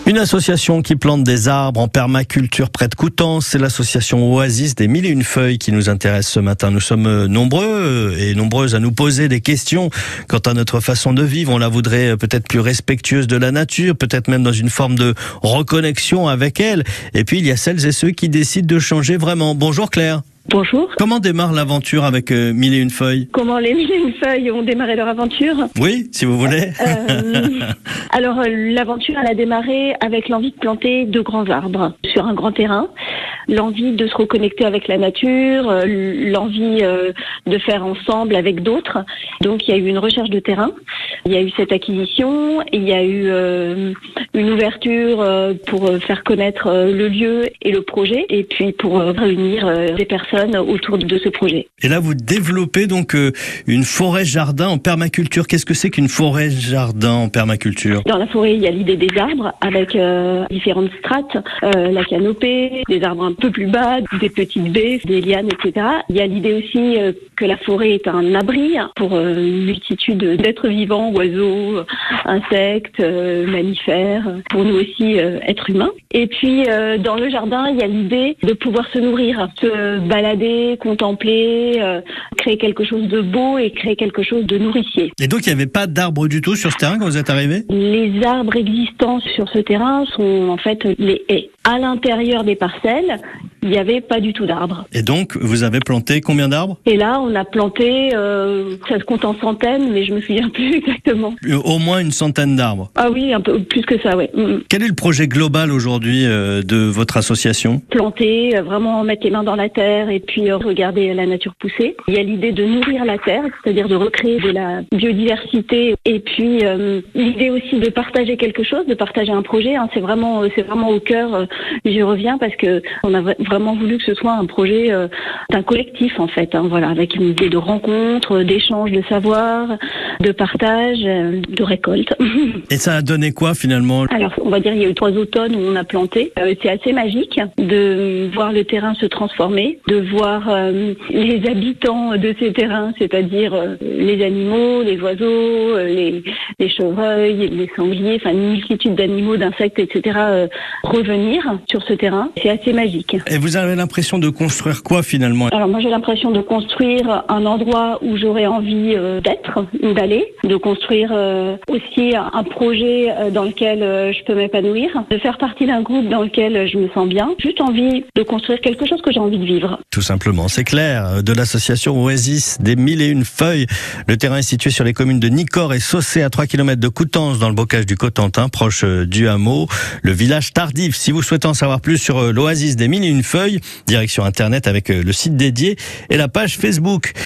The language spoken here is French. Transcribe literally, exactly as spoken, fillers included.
Une association qui plante des arbres en permaculture près de Coutances, c'est l'association Oasis des Mille et Une Feuilles qui nous intéresse ce matin. Nous sommes nombreux et nombreuses à nous poser des questions quant à notre façon de vivre. On la voudrait peut-être plus respectueuse de la nature, peut-être même dans une forme de reconnexion avec elle. Et puis il y a celles et ceux qui décident de changer vraiment. Bonjour Claire. Bonjour. Comment démarre l'aventure avec euh, Mille et Une Feuilles ? Comment les Mille et Une Feuilles ont démarré leur aventure ? Oui, si vous voulez. euh, alors, euh, l'aventure, elle a démarré avec l'envie de planter de grands arbres sur un grand terrain, l'envie de se reconnecter avec la nature, euh, l'envie euh, de faire ensemble avec d'autres. Donc, il y a eu une recherche de terrain, il y a eu cette acquisition, il y a eu euh, une ouverture euh, pour faire connaître euh, le lieu et le projet, et puis pour euh, réunir euh, des personnes autour de ce projet. Et là, vous développez donc euh, une forêt-jardin en permaculture. Qu'est-ce que c'est qu'une forêt-jardin en permaculture ? Dans la forêt, il y a l'idée des arbres avec euh, différentes strates, euh, la canopée, des arbres un peu plus bas, des petites baies, des lianes, et cetera. Il y a l'idée aussi euh, que la forêt est un abri pour euh, une multitude d'êtres vivants, oiseaux, insectes, euh, mammifères, pour nous aussi euh, êtres humains. Et puis, euh, dans le jardin, il y a l'idée de pouvoir se nourrir, se balader, contempler, euh, créer quelque chose de beau et créer quelque chose de nourricier. Et donc, il n'y avait pas d'arbres du tout sur ce terrain quand vous êtes arrivé ? Les arbres existants sur ce terrain sont en fait les haies. À l'intérieur des parcelles, il n'y avait pas du tout d'arbres. Et donc, vous avez planté combien d'arbres ? Et là, on a planté, euh, ça se compte en centaines, mais je me souviens plus exactement. Au moins une centaine d'arbres. Ah oui, un peu plus que ça, oui. Mm. Quel est le projet global aujourd'hui euh, de votre association ? Planter, euh, vraiment mettre les mains dans la terre et puis euh, regarder la nature pousser. Il y a l'idée de nourrir la terre, c'est-à-dire de recréer de la biodiversité. Et puis euh, l'idée aussi de partager quelque chose, de partager un projet. Hein, c'est vraiment, c'est vraiment au cœur. Euh, j'y reviens parce que on a vraiment voulu que ce soit un projet euh, d'un collectif en fait. Hein, voilà, avec une idée de rencontre, d'échange de savoir, de partage, euh, de récolte. Et ça a donné quoi finalement ? Alors, on va dire il y a eu trois automnes où on a planté. Euh, c'est assez magique de voir le terrain se transformer, de voir euh, les habitants de ces terrains, c'est-à-dire euh, les animaux, les oiseaux, euh, les, les chevreuils, les sangliers, enfin une multitude d'animaux, d'insectes, et cetera euh, revenir sur ce terrain. C'est assez magique. Et vous avez l'impression de construire quoi finalement ? Alors moi j'ai l'impression de construire un endroit où j'aurais envie euh, d'être, d'aller, de construire euh, aussi un projet euh, dans lequel euh, je peux m'épanouir, de faire partie d'un groupe dans lequel je me sens bien. Juste envie de construire quelque chose que j'ai envie de vivre. Tout simplement, c'est clair, de l'association Oasis des Mille et Une Feuilles. Le terrain est situé sur les communes de Nicore et Saucé, à trois kilomètres de Coutances, dans le bocage du Cotentin, proche du hameau, le village Tardif. Si vous souhaitez en savoir plus sur l'Oasis des Mille et Une Feuilles, direction internet avec le site dédié et la page Facebook.